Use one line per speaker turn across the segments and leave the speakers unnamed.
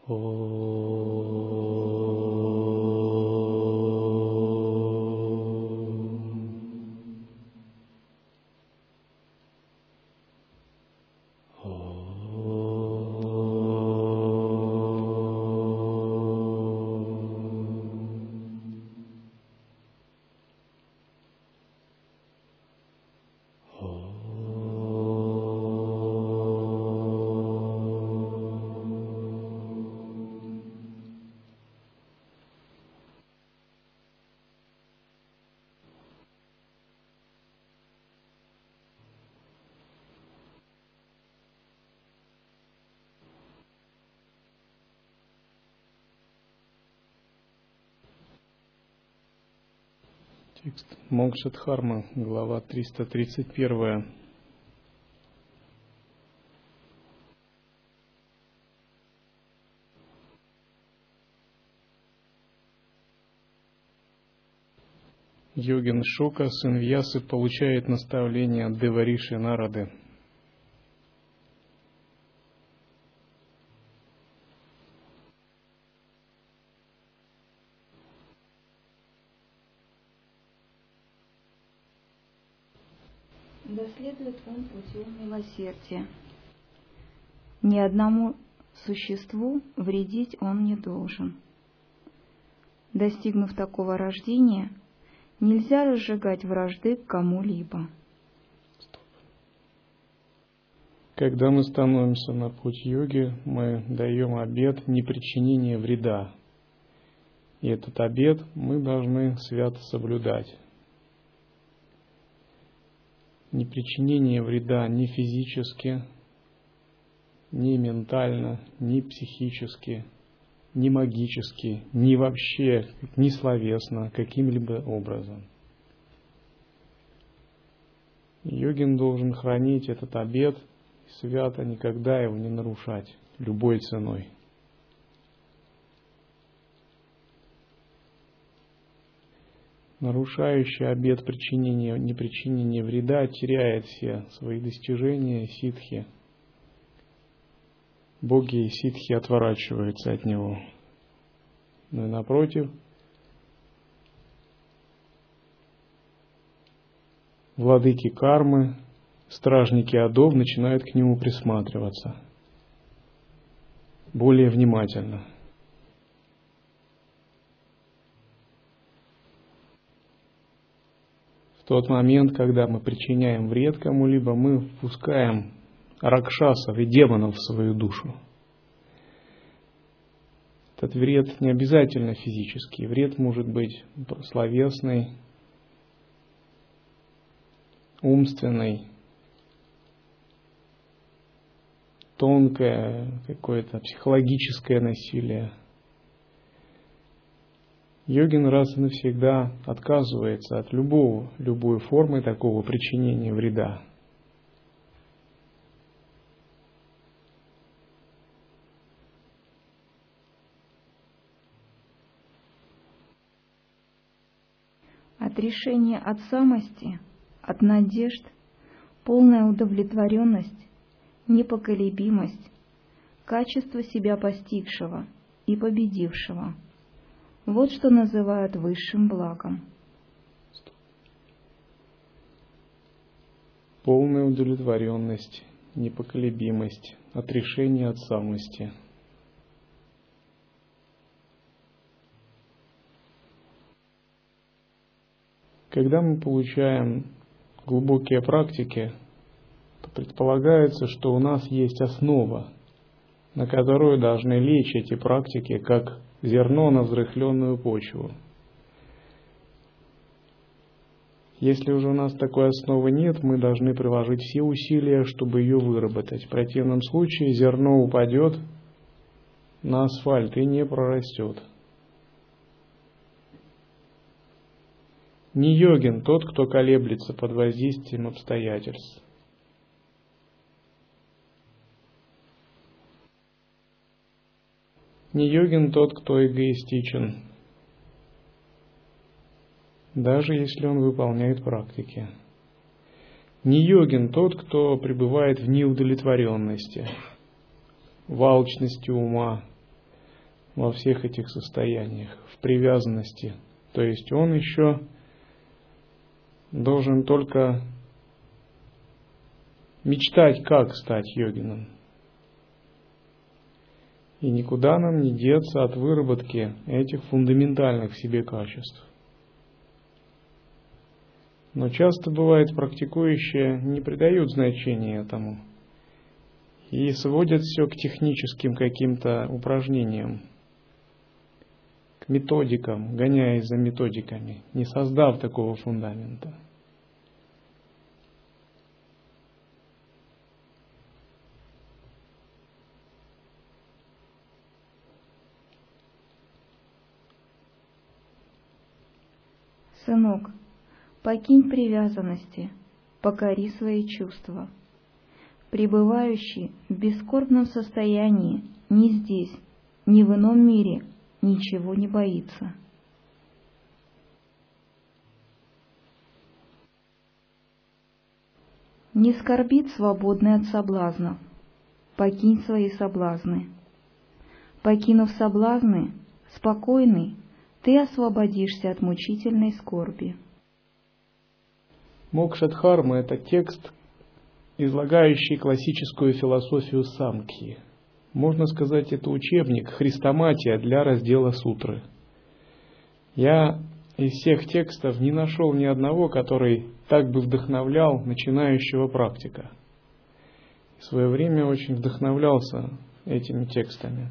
Текст Мокша-дхарма, глава 331. Йогин Шока, сын Вьясы, получает наставление от Девариши Нарады.
Да следует он путем милосердия. Ни одному существу вредить он не должен. Достигнув такого рождения, нельзя разжигать вражды к кому-либо.
Когда мы становимся на путь йоги, мы даем обет непричинения вреда. И этот обет мы должны свято соблюдать. Непричинение вреда ни физически, ни ментально, ни психически, ни магически, ни вообще, ни словесно, каким-либо образом. Йогин должен хранить этот обет и свято никогда его не нарушать, любой ценой. Нарушающий обет непричинения вреда теряет все свои достижения ситхи. Боги и ситхи отворачиваются от него. Но и напротив, владыки кармы, стражники адов начинают к нему присматриваться более внимательно. В тот момент, когда мы причиняем вред кому-либо, мы впускаем ракшасов и демонов в свою душу. Этот вред не обязательно физический. Вред может быть словесный, умственный, тонкое, какое-то психологическое насилие. Йогин раз и навсегда отказывается от любой формы такого причинения вреда.
Отрешение от самости, от надежд, полная удовлетворенность, непоколебимость, качество себя постигшего и победившего. Вот что называют высшим благом.
Полная удовлетворенность, непоколебимость, отрешение от самости. Когда мы получаем глубокие практики, то предполагается, что у нас есть основа, на которую должны лечь эти практики, как зерно на взрыхленную почву. Если уже у нас такой основы нет, мы должны приложить все усилия, чтобы ее выработать. В противном случае зерно упадет на асфальт и не прорастет. Не йогин тот, кто колеблется под воздействием обстоятельств. Не йогин тот, кто эгоистичен, даже если он выполняет практики. Не йогин тот, кто пребывает в неудовлетворенности, в алчности ума, во всех этих состояниях, в привязанности. То есть он еще должен только мечтать, как стать йогином. И никуда нам не деться от выработки этих фундаментальных в себе качеств. Но часто бывает, практикующие не придают значения этому и сводят все к техническим каким-то упражнениям, к методикам, гоняясь за методиками, не создав такого фундамента.
Сынок, покинь привязанности, покори свои чувства. Пребывающий в бескорбном состоянии ни здесь, ни в ином мире ничего не боится. Не скорбит свободный от соблазнов, покинь свои соблазны. Покинув соблазны, спокойный, ты освободишься от мучительной скорби.
Мокша-дхарма — это текст, излагающий классическую философию самкхи. Можно сказать, это учебник, хрестоматия для раздела сутры. Я из всех текстов не нашел ни одного, который так бы вдохновлял начинающего практика. В свое время очень вдохновлялся этими текстами.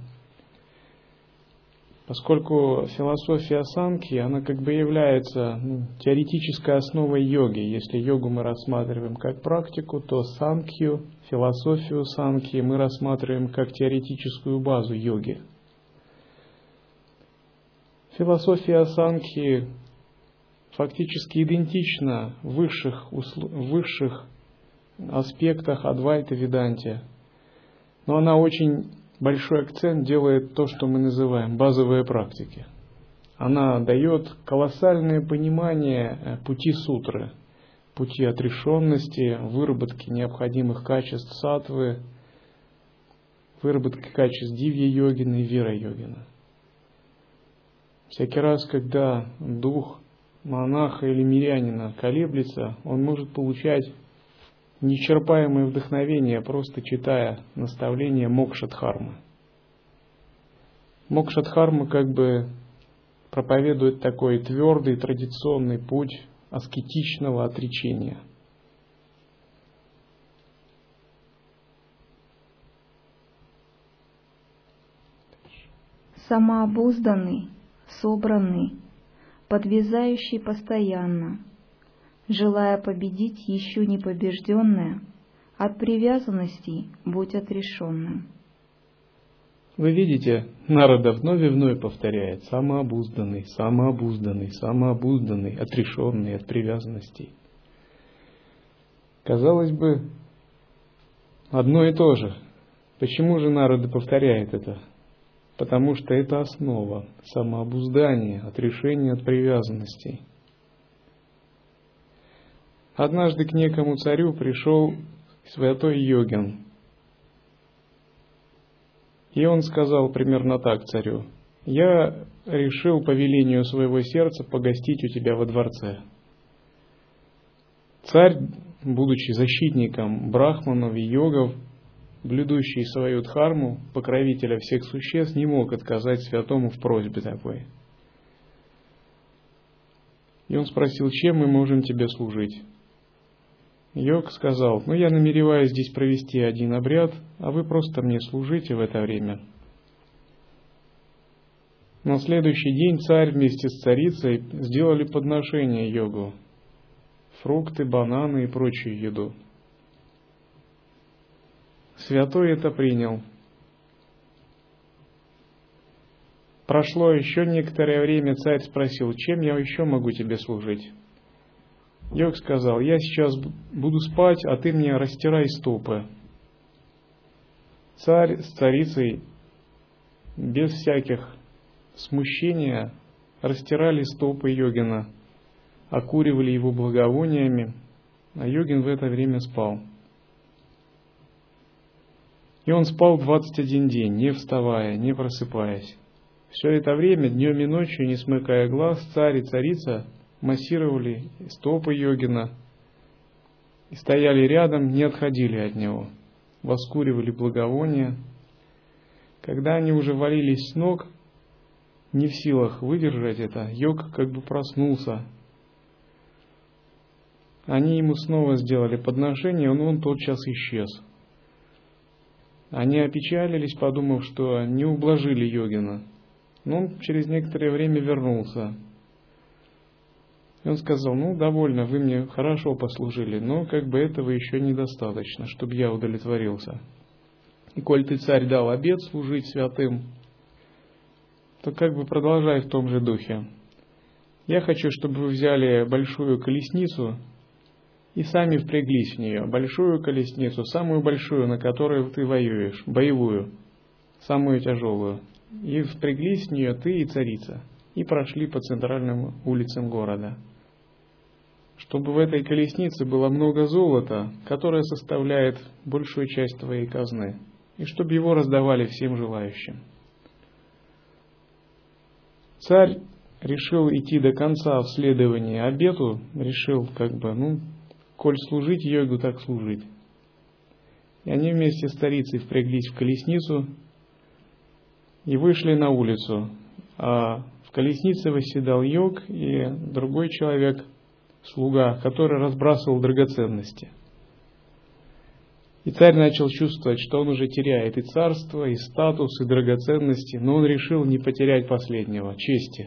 Поскольку философия самкхи, она как бы является теоретической основой йоги. Если йогу мы рассматриваем как практику, то самкхью, философию самкхи мы рассматриваем как теоретическую базу йоги. Философия самкхи фактически идентична в высших аспектах Адвайта Веданте, но она очень большой акцент делает то, что мы называем базовые практики. Она дает колоссальное понимание пути сутры, пути отрешенности, выработки необходимых качеств саттвы, выработки качеств дивья-йогина и вира-йогина. Всякий раз, когда дух монаха или мирянина колеблется, он может получать неисчерпаемое вдохновение, просто читая наставления Мокша-дхармы. Мокша-дхарма как бы проповедует такой твердый традиционный путь аскетичного отречения.
Самообузданный, собранный, подвязающий постоянно, желая победить еще не побежденное, от привязанностей будь отрешенным.
Вы видите, Нарада вновь и вновь повторяет: самообузданный, самообузданный, самообузданный, отрешенный от привязанностей. Казалось бы, одно и то же. Почему же Нарада повторяет это? Потому что это основа самообуздания, отрешения от привязанностей. Однажды к некому царю пришел святой йогин. И он сказал примерно так царю: «Я решил по велению своего сердца погостить у тебя во дворце». Царь, будучи защитником брахманов и йогов, блюдущий свою дхарму, покровителя всех существ, не мог отказать святому в просьбе такой. И он спросил: «Чем мы можем тебе служить?» Йог сказал: «Я намереваюсь здесь провести один обряд, а вы просто мне служите в это время». На следующий день царь вместе с царицей сделали подношение йогу: фрукты, бананы и прочую еду. Святой это принял. Прошло еще некоторое время, царь спросил: «Чем я еще могу тебе служить?» Йог сказал: «Я сейчас буду спать, а ты мне растирай стопы». Царь с царицей без всяких смущения растирали стопы йогина, окуривали его благовониями, а йогин в это время спал. И он спал 21 день, не вставая, не просыпаясь. Все это время, днем и ночью, не смыкая глаз, царь и царица массировали стопы йогина и стояли рядом, не отходили от него, воскуривали благовония. Когда они уже валились с ног, не в силах выдержать это, йог как бы проснулся. Они ему снова сделали подношение, он тотчас исчез. Они опечалились, подумав, что не ублажили йогина. Но он через некоторое время вернулся. И он сказал: довольно, вы мне хорошо послужили, но как бы этого еще недостаточно, чтобы я удовлетворился. И коль ты, царь, дал обет служить святым, то как бы продолжай в том же духе. Я хочу, чтобы вы взяли большую колесницу и сами впряглись в нее. Большую колесницу, самую большую, на которой ты воюешь, боевую, самую тяжелую. И впряглись в нее ты и царица, и прошли по центральным улицам города. Чтобы в этой колеснице было много золота, которое составляет большую часть твоей казны, и чтобы его раздавали всем желающим. Царь решил идти до конца в следовании обету, решил коль служить йогу, так служить. И они вместе с царицей впряглись в колесницу и вышли на улицу. А в колеснице восседал йог и другой человек, слуга, который разбрасывал драгоценности. И царь начал чувствовать, что он уже теряет и царство, и статус, и драгоценности, но он решил не потерять последнего, чести.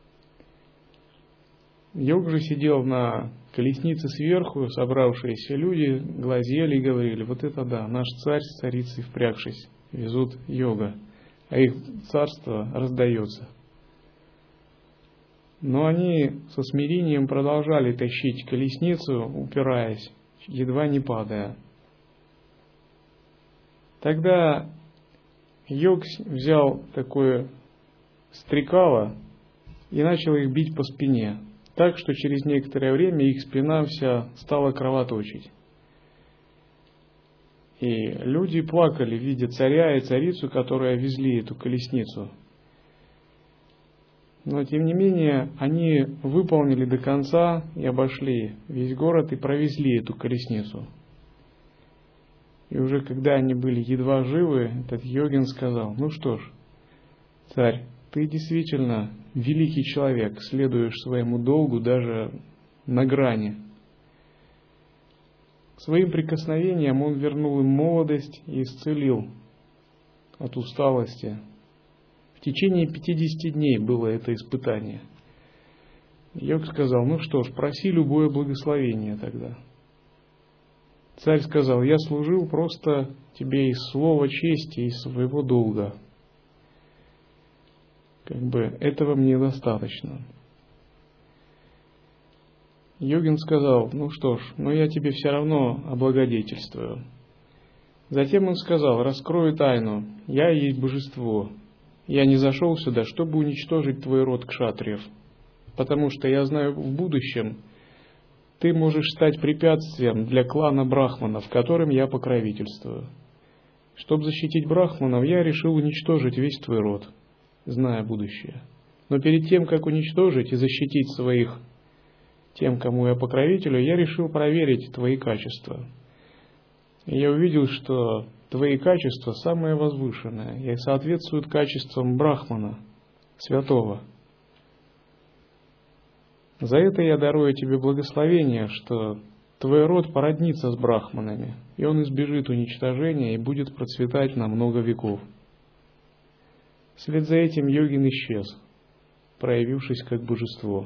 Йог же сидел на колеснице сверху, собравшиеся люди глазели и говорили: вот это да, наш царь с царицей впрягшись везут йога, а их царство раздается. Но они со смирением продолжали тащить колесницу, упираясь, едва не падая. Тогда йог взял такое стрекало и начал их бить по спине, так что через некоторое время их спина вся стала кровоточить. И люди плакали, видя царя и царицу, которые везли эту колесницу. Но, тем не менее, они выполнили до конца и обошли весь город и провезли эту колесницу. И уже когда они были едва живы, этот йогин сказал: что ж, царь, ты действительно великий человек, следуешь своему долгу даже на грани. Своим прикосновением он вернул им молодость и исцелил от усталости. В течение 50 дней было это испытание. Йог сказал: что ж, проси любое благословение тогда. Царь сказал: я служил просто тебе из слова чести, из своего долга. Этого мне достаточно. Йогин сказал: что ж, но я тебе все равно облагодетельствую. Затем он сказал: раскрою тайну, я есть божество. Я не зашел сюда, чтобы уничтожить твой род кшатриев, потому что я знаю, в будущем ты можешь стать препятствием для клана брахманов, которым я покровительствую. Чтобы защитить брахманов, я решил уничтожить весь твой род, зная будущее. Но перед тем, как уничтожить и защитить своих, тем, кому я покровителю, я решил проверить твои качества. И я увидел, что твои качества самые возвышенные и соответствуют качествам брахмана, святого. За это я дарую тебе благословение, что твой род породнится с брахманами, и он избежит уничтожения и будет процветать на много веков. Вслед за этим йогин исчез, проявившись как божество.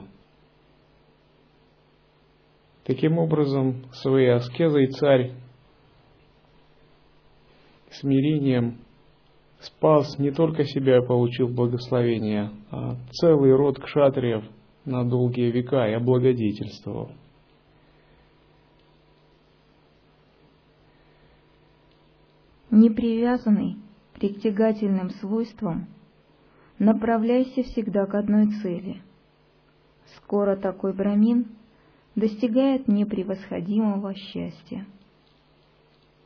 Таким образом, своей аскезой царь смирением спас не только себя и получил благословение, а целый род кшатриев на долгие века и облагодетельствовал.
Непривязанный к притягательным свойствам, направляйся всегда к одной цели. Скоро такой брамин достигает непревосходимого счастья.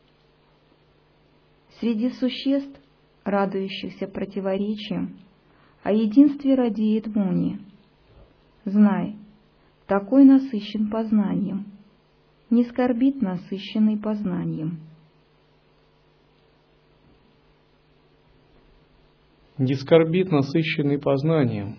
Среди существ, радующихся противоречиям, о единстве радеет Муни. Знай, такой насыщен познанием, не скорбит насыщенный познанием.
Не скорбит насыщенный познанием.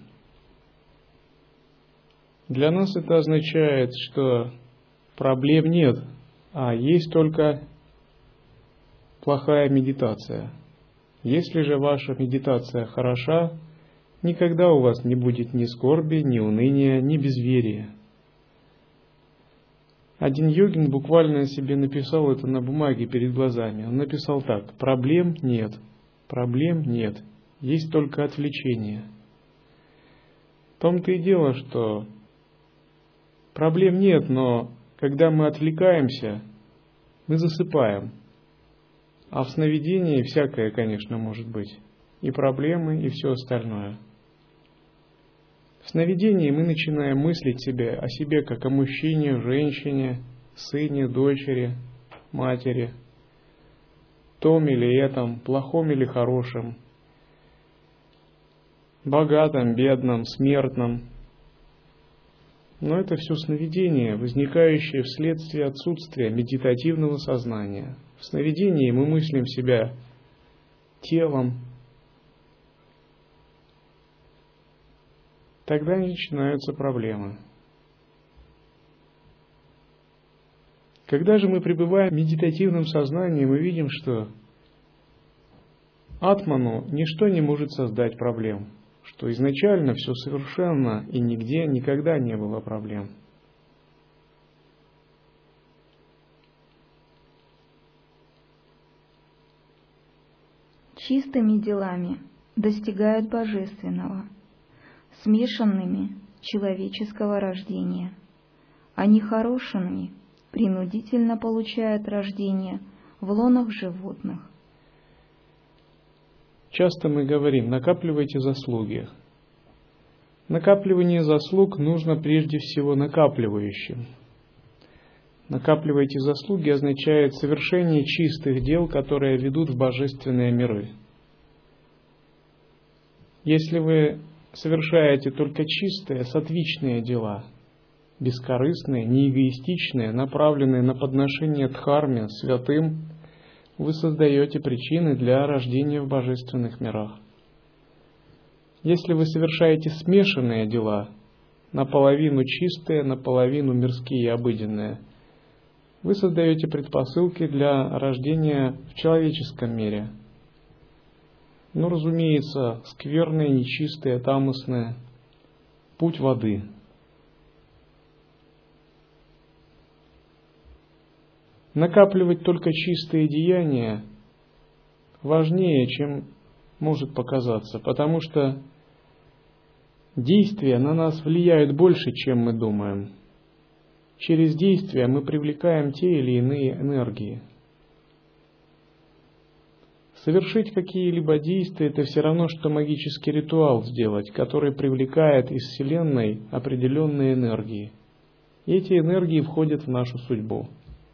Для нас это означает, что проблем нет, а есть только плохая медитация. Если же ваша медитация хороша, никогда у вас не будет ни скорби, ни уныния, ни безверия. Один йогин буквально себе написал это на бумаге перед глазами. Он написал так: проблем нет, есть только отвлечение. В том-то и дело, что проблем нет, но когда мы отвлекаемся, мы засыпаем. А в сновидении всякое, конечно, может быть. И проблемы, и все остальное. В сновидении мы начинаем мыслить о себе как о мужчине, женщине, сыне, дочери, матери, том или этом, плохом или хорошем, богатом, бедном, смертном. Но это все сновидение, возникающее вследствие отсутствия медитативного сознания. В сновидении мы мыслим себя телом. Тогда начинаются проблемы. Когда же мы пребываем в медитативном сознании, мы видим, что атману ничто не может создать проблем, что изначально все совершенно и нигде никогда не было проблем.
Чистыми делами достигают божественного, смешанными человеческого рождения, а нехорошими принудительно получают рождение в лонах животных.
Часто мы говорим: накапливайте заслуги. Накапливание заслуг нужно прежде всего накапливающим. Накапливайте заслуги означает совершение чистых дел, которые ведут в божественные миры. Если вы совершаете только чистые, сатвичные дела, бескорыстные, неэгоистичные, направленные на подношение дхарме, святым, вы создаете причины для рождения в божественных мирах. Если вы совершаете смешанные дела, наполовину чистые, наполовину мирские и обыденные, вы создаете предпосылки для рождения в человеческом мире. Ну, разумеется, скверные, нечистые, тамосные, путь воды. Накапливать только чистые деяния важнее, чем может показаться, потому что действия на нас влияют больше, чем мы думаем. Через действия мы привлекаем те или иные энергии. Совершить какие-либо действия – это все равно, что магический ритуал сделать, который привлекает из Вселенной определенные энергии. И эти энергии входят в нашу судьбу.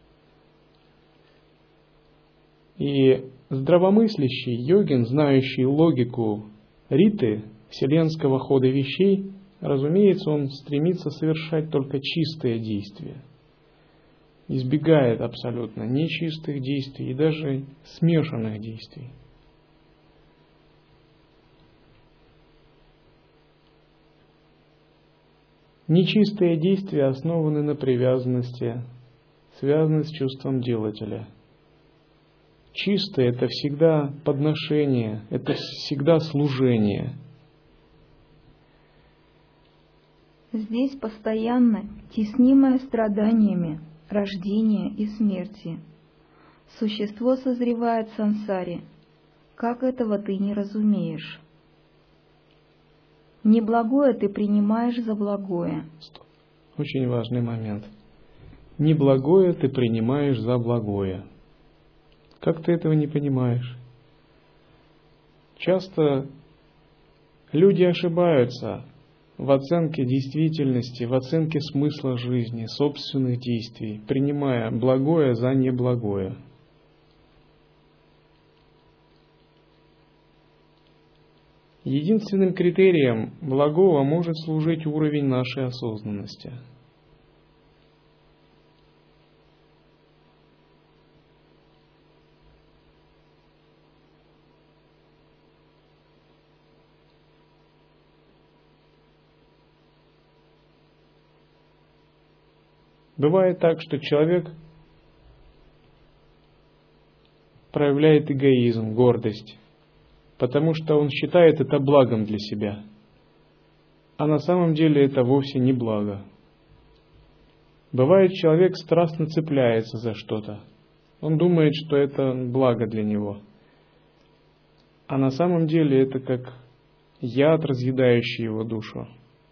И здравомыслящий йогин, знающий логику риты, вселенского хода вещей, разумеется, он стремится совершать только чистые действия. Избегает абсолютно нечистых действий и даже смешанных действий. Нечистые действия основаны на привязанности, связаны с чувством делателя. Чистое – это всегда подношение, это всегда служение.
Здесь постоянно теснимое страданиями рождения и смерти. Существо созревает в сансаре. Как этого ты не разумеешь? Неблагое ты принимаешь за благое.
Очень важный момент. Неблагое ты принимаешь за благое. Как ты этого не понимаешь? Часто люди ошибаются в оценке действительности, в оценке смысла жизни, собственных действий, принимая благое за неблагое. Единственным критерием благого может служить уровень нашей осознанности. Бывает так, что человек проявляет эгоизм, гордость, потому что он считает это благом для себя. А на самом деле это вовсе не благо. Бывает, человек страстно цепляется за что-то. Он думает, что это благо для него. А на самом деле это как яд, разъедающий его душу.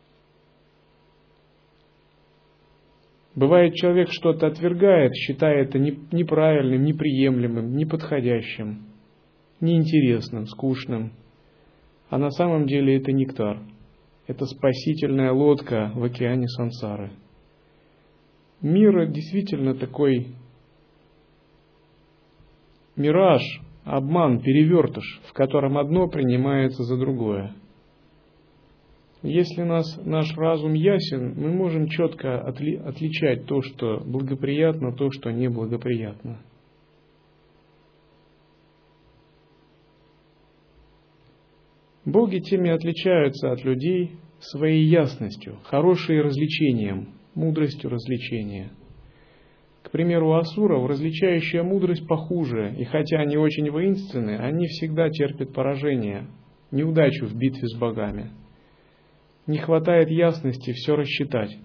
Бывает, человек что-то отвергает, считая это неправильным, неприемлемым, неподходящим, неинтересным, скучным. А на самом деле это нектар. Это спасительная лодка в океане сансары. Мир действительно такой мираж, обман, перевертыш, в котором одно принимается за другое. Если наш разум ясен, мы можем четко отличать то, что благоприятно, то, что неблагоприятно. Боги теми отличаются от людей своей ясностью, хорошей развлечением, мудростью развлечения. К примеру, у асуров различающая мудрость похуже, и хотя они очень воинственны, они всегда терпят поражение, неудачу в битве с богами. Не хватает ясности все рассчитать.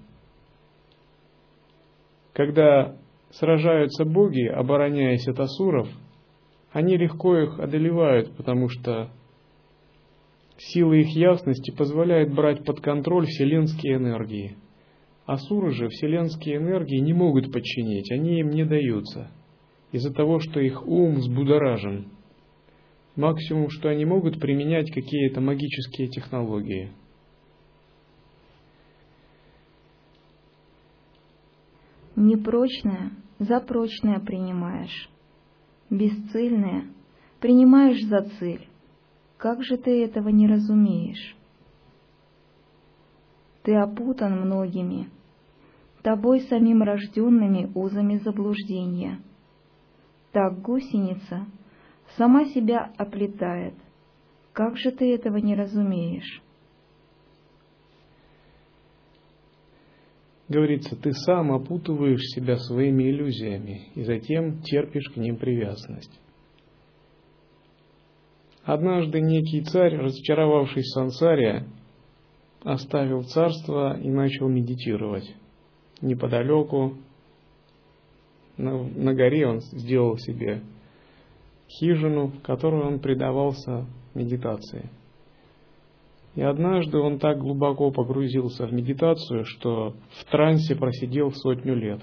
Когда сражаются боги, обороняясь от асуров, они легко их одолевают, потому что сила их ясности позволяет брать под контроль вселенские энергии. Асуры же вселенские энергии не могут подчинить, они им не даются, из-за того, что их ум взбудоражен. Максимум, что они могут применять какие-то магические технологии.
Непрочное за прочное принимаешь, бесцельное принимаешь за цель. Как же ты этого не разумеешь? Ты опутан многими, тобой самим рожденными узами заблуждения. Так гусеница сама себя оплетает. Как же ты этого не разумеешь?
Говорится, ты сам опутываешь себя своими иллюзиями и затем терпишь к ним привязанность. Однажды некий царь, разочаровавшись в сансаре, оставил царство и начал медитировать. Неподалеку, на горе, он сделал себе хижину, в которой он предавался медитации. И однажды он так глубоко погрузился в медитацию, что в трансе просидел 100 лет.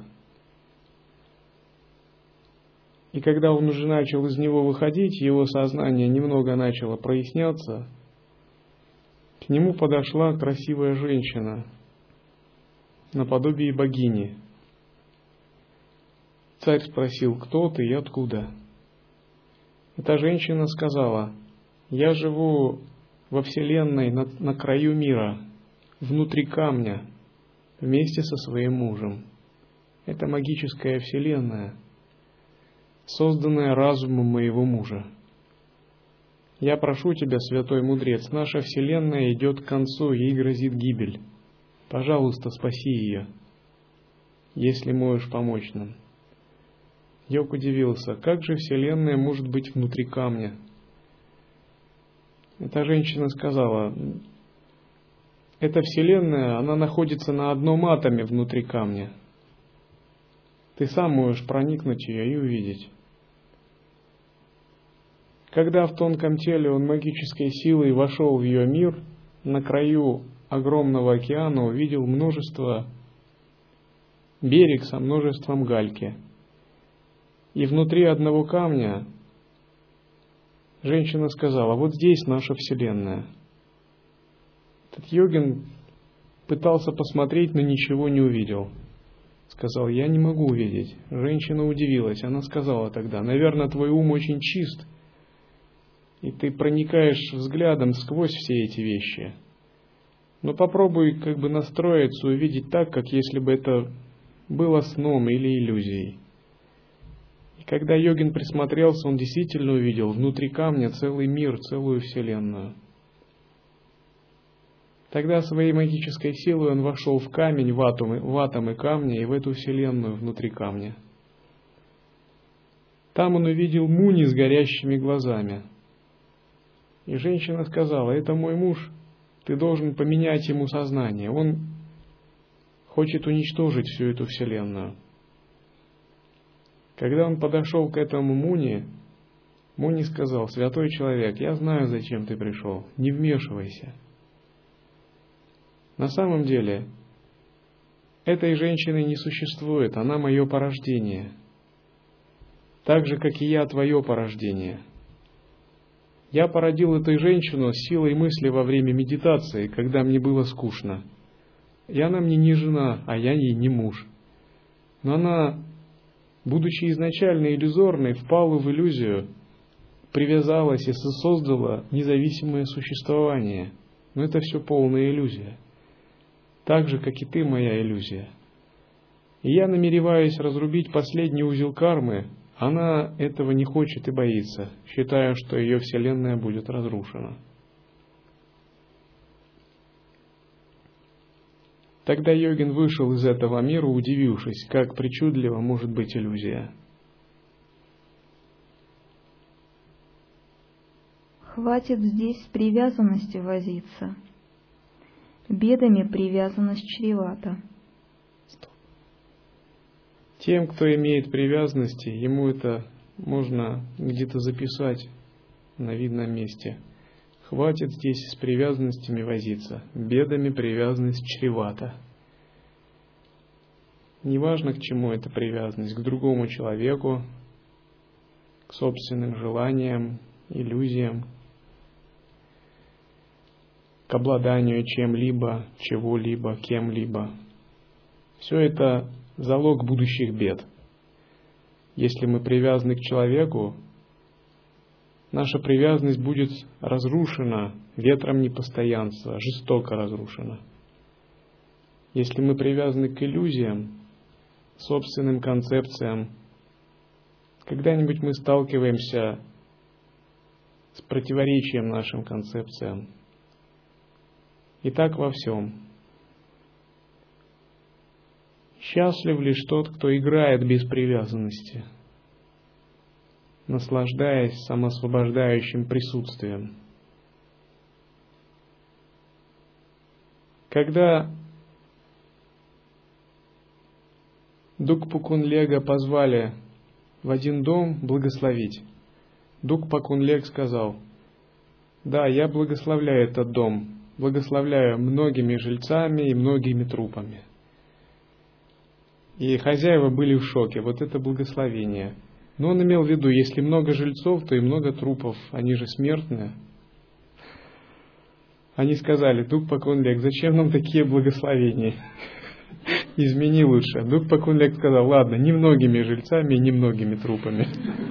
И когда он уже начал из него выходить, его сознание немного начало проясняться, к нему подошла красивая женщина, наподобие богини. Царь спросил, кто ты и откуда? Эта женщина сказала, я живу во Вселенной на краю мира, внутри камня, вместе со своим мужем. Это магическая Вселенная, созданная разумом моего мужа. Я прошу тебя, святой мудрец, наша Вселенная идет к концу, ей грозит гибель. Пожалуйста, спаси ее, если можешь помочь нам. Йог удивился, как же Вселенная может быть внутри камня? Эта женщина сказала, эта Вселенная, она находится на одном атоме внутри камня. Ты сам можешь проникнуть в ее и увидеть. Когда в тонком теле он магической силой вошел в ее мир, на краю огромного океана увидел берег со множеством гальки. И внутри одного камня женщина сказала, вот здесь наша Вселенная. Этот йогин пытался посмотреть, но ничего не увидел. Сказал, я не могу увидеть. Женщина удивилась. Она сказала тогда, наверное, твой ум очень чист. и ты проникаешь взглядом сквозь все эти вещи. Но попробуй настроиться, увидеть так, как если бы это было сном или иллюзией. И когда йогин присмотрелся, он действительно увидел внутри камня целый мир, целую вселенную. Тогда своей магической силой он вошел в камень, в атомы камня и в эту вселенную внутри камня. Там он увидел Муни с горящими глазами. И женщина сказала: это мой муж, ты должен поменять ему сознание, он хочет уничтожить всю эту вселенную. Когда он подошел к этому Муни, Муни сказал: святой человек, я знаю, зачем ты пришел, не вмешивайся. На самом деле, этой женщины не существует, она мое порождение. Так же, как и я, твое порождение. Я породил эту женщину силой мысли во время медитации, когда мне было скучно. И она мне не жена, а я ей не муж. Но она, будучи изначально иллюзорной, впала в иллюзию, привязалась и создала независимое существование. Но это все полная иллюзия. Так же, как и ты, моя иллюзия. И я намереваюсь разрубить последний узел кармы. Она этого не хочет и боится, считая, что ее вселенная будет разрушена. Тогда йогин вышел из этого мира, удивившись, как причудлива может быть иллюзия.
Хватит здесь с привязанностью возиться. Бедами привязанность чревата.
Тем, кто имеет привязанности, ему это можно где-то записать на видном месте. Хватит здесь с привязанностями возиться. Бедами привязанность чревата. Неважно, к чему эта привязанность, к другому человеку, к собственным желаниям, иллюзиям, к обладанию чем-либо, чего-либо, кем-либо. Все это залог будущих бед. Если мы привязаны к человеку, наша привязанность будет разрушена ветром непостоянства, жестоко разрушена. Если мы привязаны к иллюзиям, собственным концепциям, когда-нибудь мы сталкиваемся с противоречием нашим концепциям. И так во всем. Счастлив лишь тот, кто играет без привязанности, наслаждаясь самоосвобождающим присутствием. Когда Дукпакунлега позвали в один дом благословить, Дукпакунлег сказал: да, я благословляю этот дом, благословляю многими жильцами и многими трупами. И хозяева были в шоке, вот это благословение. Но он имел в виду, если много жильцов, то и много трупов, они же смертные. Они сказали: Дукпакунлег, зачем нам такие благословения? Измени лучше. Дукпакунлег сказал: ладно, немногими жильцами и немногими трупами.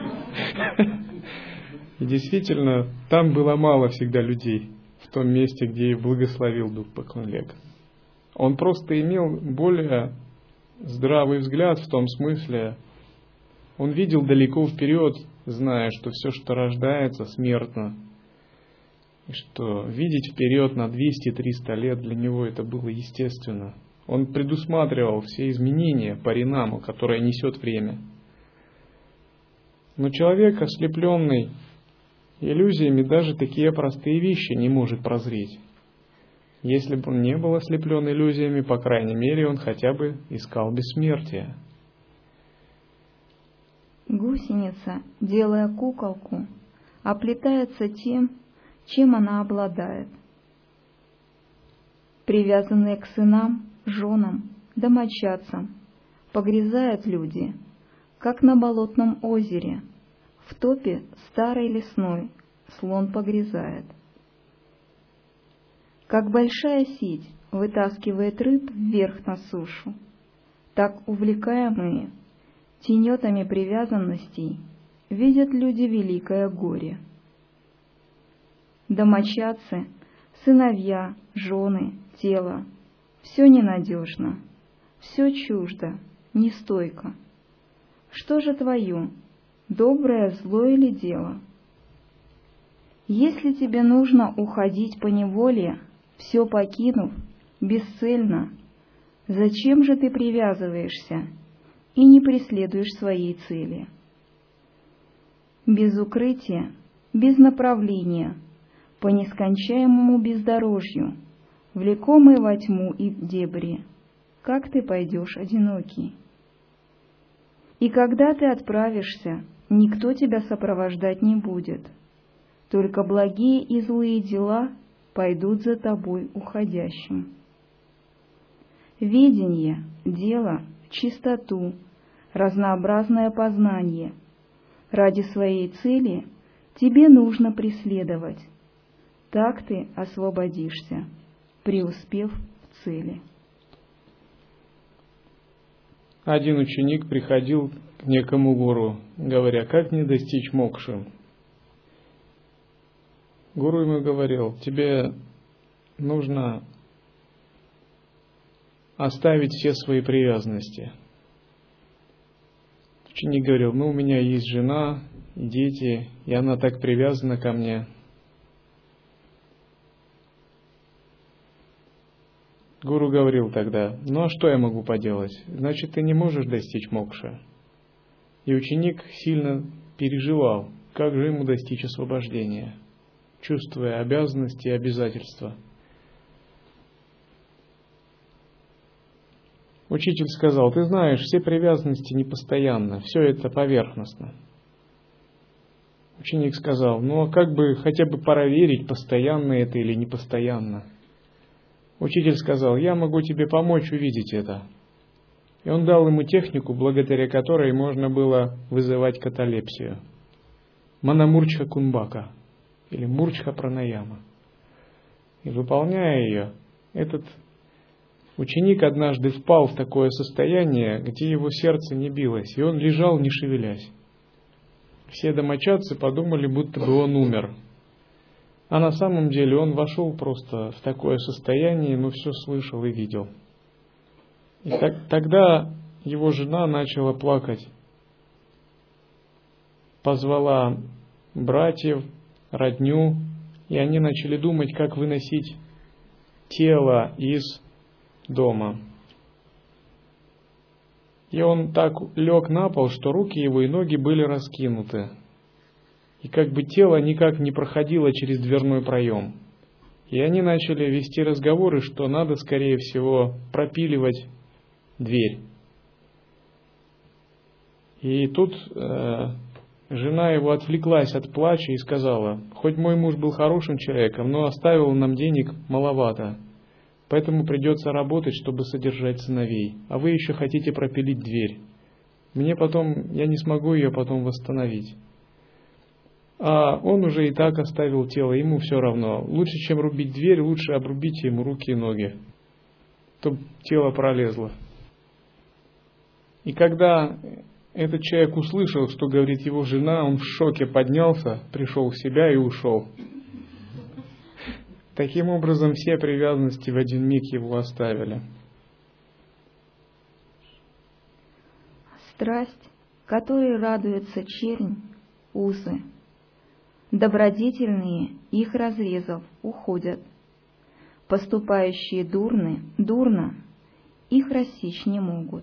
И действительно, там было мало всегда людей, в том месте, где благословил Дукпакунлег. Он просто имел более здравый взгляд в том смысле, он видел далеко вперед, зная, что все, что рождается, смертно. И что видеть вперед на 200-300 лет для него это было естественно. Он предусматривал все изменения по ринаму, которые несет время. Но человек, ослепленный иллюзиями, даже такие простые вещи не может прозреть. Если бы он не был ослеплен иллюзиями, по крайней мере, он хотя бы искал бессмертия.
Гусеница, делая куколку, оплетается тем, чем она обладает. Привязанные к сынам, женам, домочадцам, погрязают люди, как на болотном озере, в топе старой лесной слон погрязает. Как большая сеть вытаскивает рыб вверх на сушу, так увлекаемые тенетами привязанностей видят люди великое горе. домочадцы, сыновья, жены, тело — все ненадежно, все чуждо, нестойко. Что же твое, доброе, злое ли дело? Если тебе нужно уходить поневоле, все покинув, бесцельно, зачем же ты привязываешься и не преследуешь своей цели? Без укрытия, без направления, по нескончаемому бездорожью, влекомый во тьму и в дебри, как ты пойдешь одинокий? И когда ты отправишься, никто тебя сопровождать не будет, только благие и злые дела пойдут за тобой уходящим. Ведение, дело, чистоту, разнообразное познание. Ради своей цели тебе нужно преследовать. Так ты освободишься, преуспев в цели.
Один ученик приходил к некому гуру, говоря: как мне достичь мокши? Гуру ему говорил: тебе нужно оставить все свои привязанности. Ученик говорил: у меня есть жена, дети, и она так привязана ко мне. Гуру говорил тогда: а что я могу поделать? Значит, ты не можешь достичь мокши. И ученик сильно переживал, как же ему достичь освобождения, чувствуя обязанности и обязательства. Учитель сказал: ты знаешь, все привязанности непостоянны, все это поверхностно. Ученик сказал: а как бы хотя бы проверить, постоянно это или непостоянно? Учитель сказал: я могу тебе помочь увидеть это. И он дал ему технику, благодаря которой можно было вызывать каталепсию. Манамурчха Кунбака или Мурчха Пранаяма. И выполняя ее, этот ученик однажды впал в такое состояние, где его сердце не билось, и он лежал, не шевелясь. Все домочадцы подумали, будто бы он умер. А на самом деле он вошел просто в такое состояние, но все слышал и видел. И тогда его жена начала плакать. Позвала братьев, родню, и они начали думать, как выносить тело из дома. И он так лег на пол, что руки его и ноги были раскинуты. И как бы тело никак не проходило через дверной проем. И они начали вести разговоры, что надо, скорее всего, пропиливать дверь. И тут жена его отвлеклась от плача и сказала: хоть мой муж был хорошим человеком, но оставил нам денег маловато, поэтому придется работать, чтобы содержать сыновей, а вы еще хотите пропилить дверь. Я не смогу ее потом восстановить. А он уже и так оставил тело, ему все равно. Лучше, чем рубить дверь, лучше обрубите ему руки и ноги, чтобы тело пролезло. И когда этот человек услышал, что говорит его жена, он в шоке поднялся, пришел в себя и ушел. Таким образом, все привязанности в один миг его оставили.
Страсть, которой радуется чернь, узы. Добродетельные, их разрезав, уходят. Поступающие дурно, их рассечь не могут.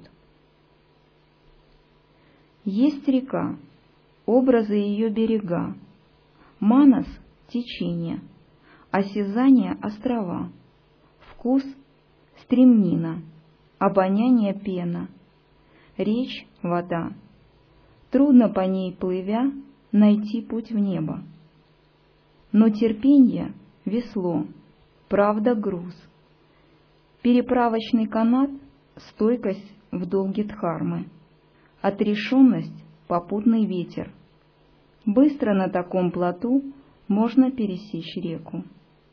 Есть река, образы ее берега, манас — течение, осязание — острова, вкус — стремнина, обоняние — пена, речь — вода. Трудно по ней плывя найти путь в небо. Но терпенье — весло, правда — груз, переправочный канат — стойкость в долге дхармы, отрешенность — попутный ветер. Быстро на таком плоту можно пересечь реку.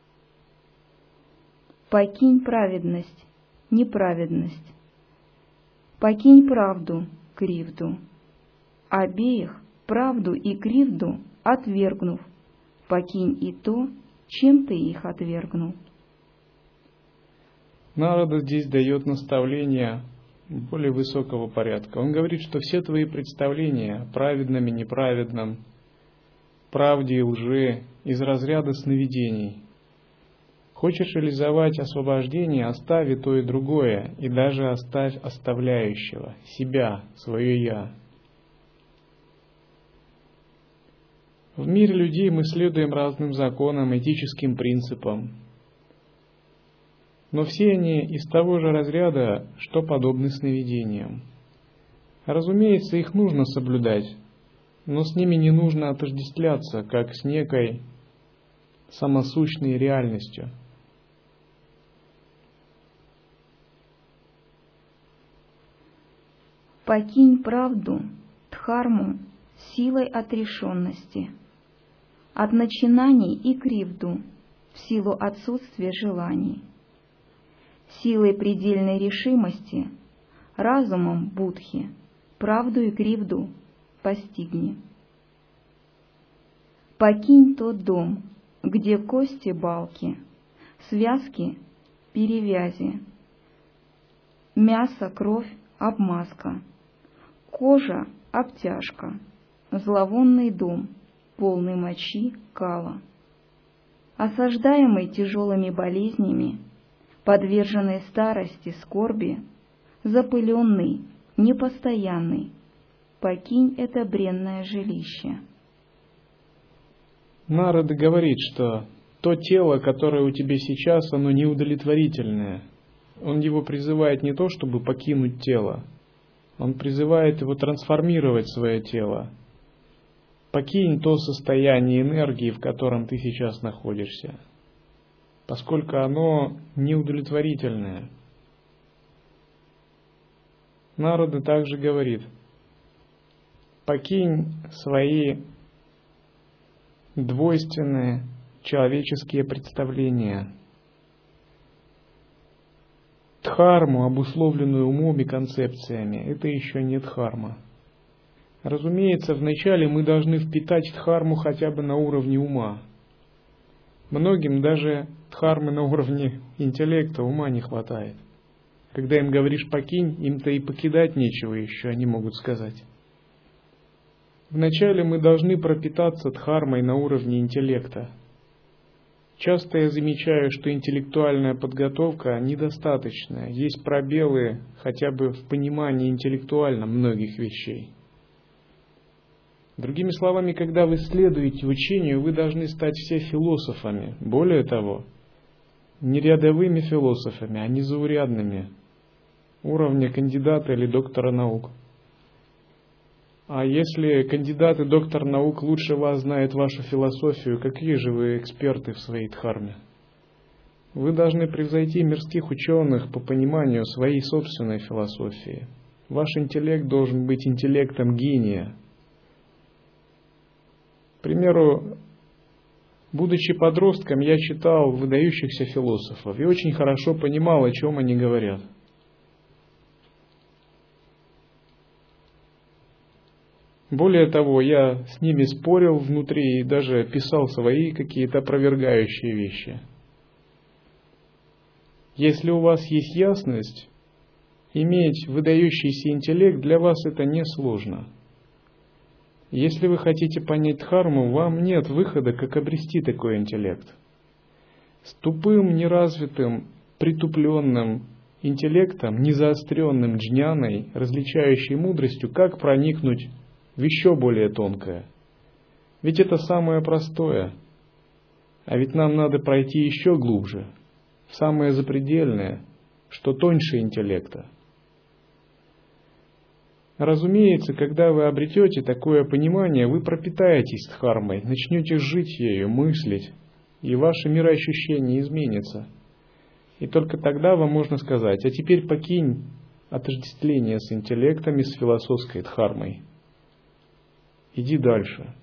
Покинь праведность, неправедность, покинь правду, кривду. Обеих, правду и кривду, отвергнув, покинь и то, чем ты их отвергнул?
Нарада здесь дает наставления более высокого порядка. Он говорит, что все твои представления о праведном и неправедном, правде и лжи из разряда сновидений. Хочешь реализовать освобождение, оставь и то, и другое, и даже оставь оставляющего, себя, свое «я». В мире людей мы следуем разным законам, этическим принципам, но все они из того же разряда, что подобны сновидениям. Разумеется, их нужно соблюдать, но с ними не нужно отождествляться, как с некой самосущной реальностью.
Покинь правду, дхарму, силой отрешенности, от начинаний и кривду, в силу отсутствия желаний. Силой предельной решимости, разумом Будхи, правду и кривду постигни. Покинь тот дом, где кости балки, связки перевязи, мясо, кровь, обмазка, кожа, обтяжка, зловонный дом, полный мочи, кала. Осаждаемый тяжелыми болезнями, подверженный старости, скорби, запыленный, непостоянный, покинь это бренное жилище.
Нарада говорит, что то тело, которое у тебя сейчас, оно неудовлетворительное. Он его призывает не то, чтобы покинуть тело, он призывает его трансформировать свое тело. Покинь то состояние энергии, в котором ты сейчас находишься, поскольку оно неудовлетворительное. Нарада также говорит: покинь свои двойственные человеческие представления, дхарму, обусловленную умом и концепциями. Это еще не дхарма. Разумеется, вначале мы должны впитать дхарму хотя бы на уровне ума. Многим даже дхармы на уровне интеллекта, ума не хватает. Когда им говоришь «покинь», им-то и покидать нечего еще, они могут сказать. Вначале мы должны пропитаться дхармой на уровне интеллекта. Часто я замечаю, что интеллектуальная подготовка недостаточная, есть пробелы хотя бы в понимании интеллектуально многих вещей. Другими словами, когда вы следуете учению, вы должны стать все философами. Более того, не рядовыми философами, а незаурядными, уровня кандидата или доктора наук. А если кандидат и доктор наук лучше вас знает вашу философию, какие же вы эксперты в своей дхарме? Вы должны превзойти мирских ученых по пониманию своей собственной философии. Ваш интеллект должен быть интеллектом гения. К примеру, будучи подростком, я читал выдающихся философов и очень хорошо понимал, о чем они говорят. Более того, я с ними спорил внутри и даже писал свои какие-то опровергающие вещи. Если у вас есть ясность, иметь выдающийся интеллект для вас это несложно. Если вы хотите понять дхарму, вам нет выхода, как обрести такой интеллект. С тупым, неразвитым, притупленным интеллектом, незаостренным джняной, различающей мудростью, как проникнуть в еще более тонкое. Ведь это самое простое. А ведь нам надо пройти еще глубже, в самое запредельное, что тоньше интеллекта. Разумеется, когда вы обретете такое понимание, вы пропитаетесь дхармой, начнете жить ею, мыслить, и ваше мироощущение изменится. И только тогда вам можно сказать: а теперь покинь отождествление с интеллектом и с философской дхармой. Иди дальше.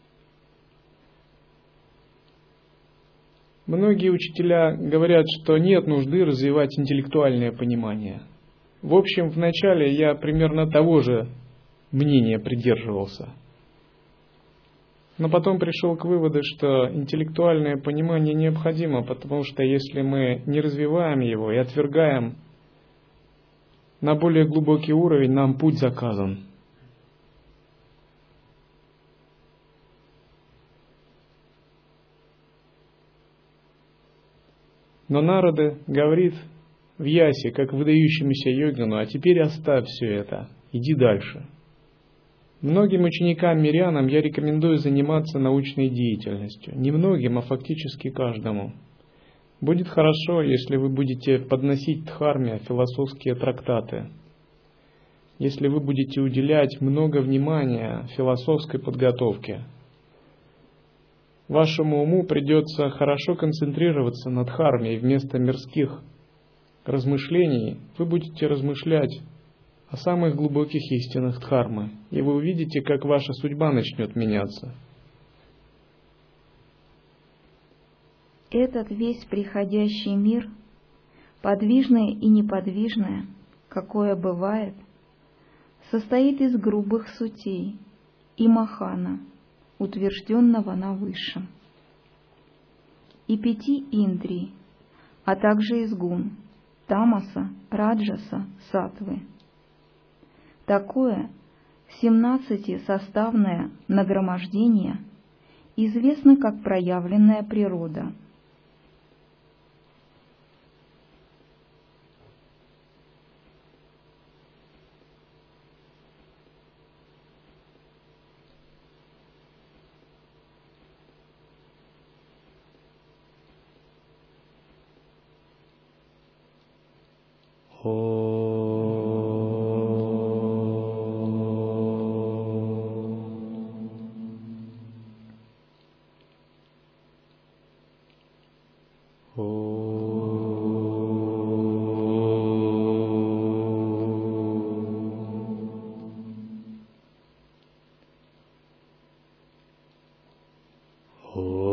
Многие учителя говорят, что нет нужды развивать интеллектуальное понимание. В общем, вначале я примерно того же мнения придерживался. Но потом пришел к выводу, что интеллектуальное понимание необходимо, потому что если мы не развиваем его и отвергаем на более глубокий уровень, нам путь заказан. Но Нарада говорит Вьясе, как выдающемуся йогину: а теперь оставь все это, иди дальше. Многим ученикам-мирянам я рекомендую заниматься научной деятельностью. Не многим, а фактически каждому. Будет хорошо, если вы будете подносить дхарме философские трактаты, если вы будете уделять много внимания философской подготовке. Вашему уму придется хорошо концентрироваться на дхарме, и вместо мирских размышлений вы будете размышлять о самых глубоких истинах дхармы, и вы увидите, как ваша судьба начнет меняться.
Этот весь приходящий мир, подвижное и неподвижное, какое бывает, состоит из грубых сутей и махана, утвержденного на высшем, и 5 индрий, а также из гун, тамаса, раджаса, саттвы. Такое 17-составное нагромождение известно как проявленная природа.
Oh.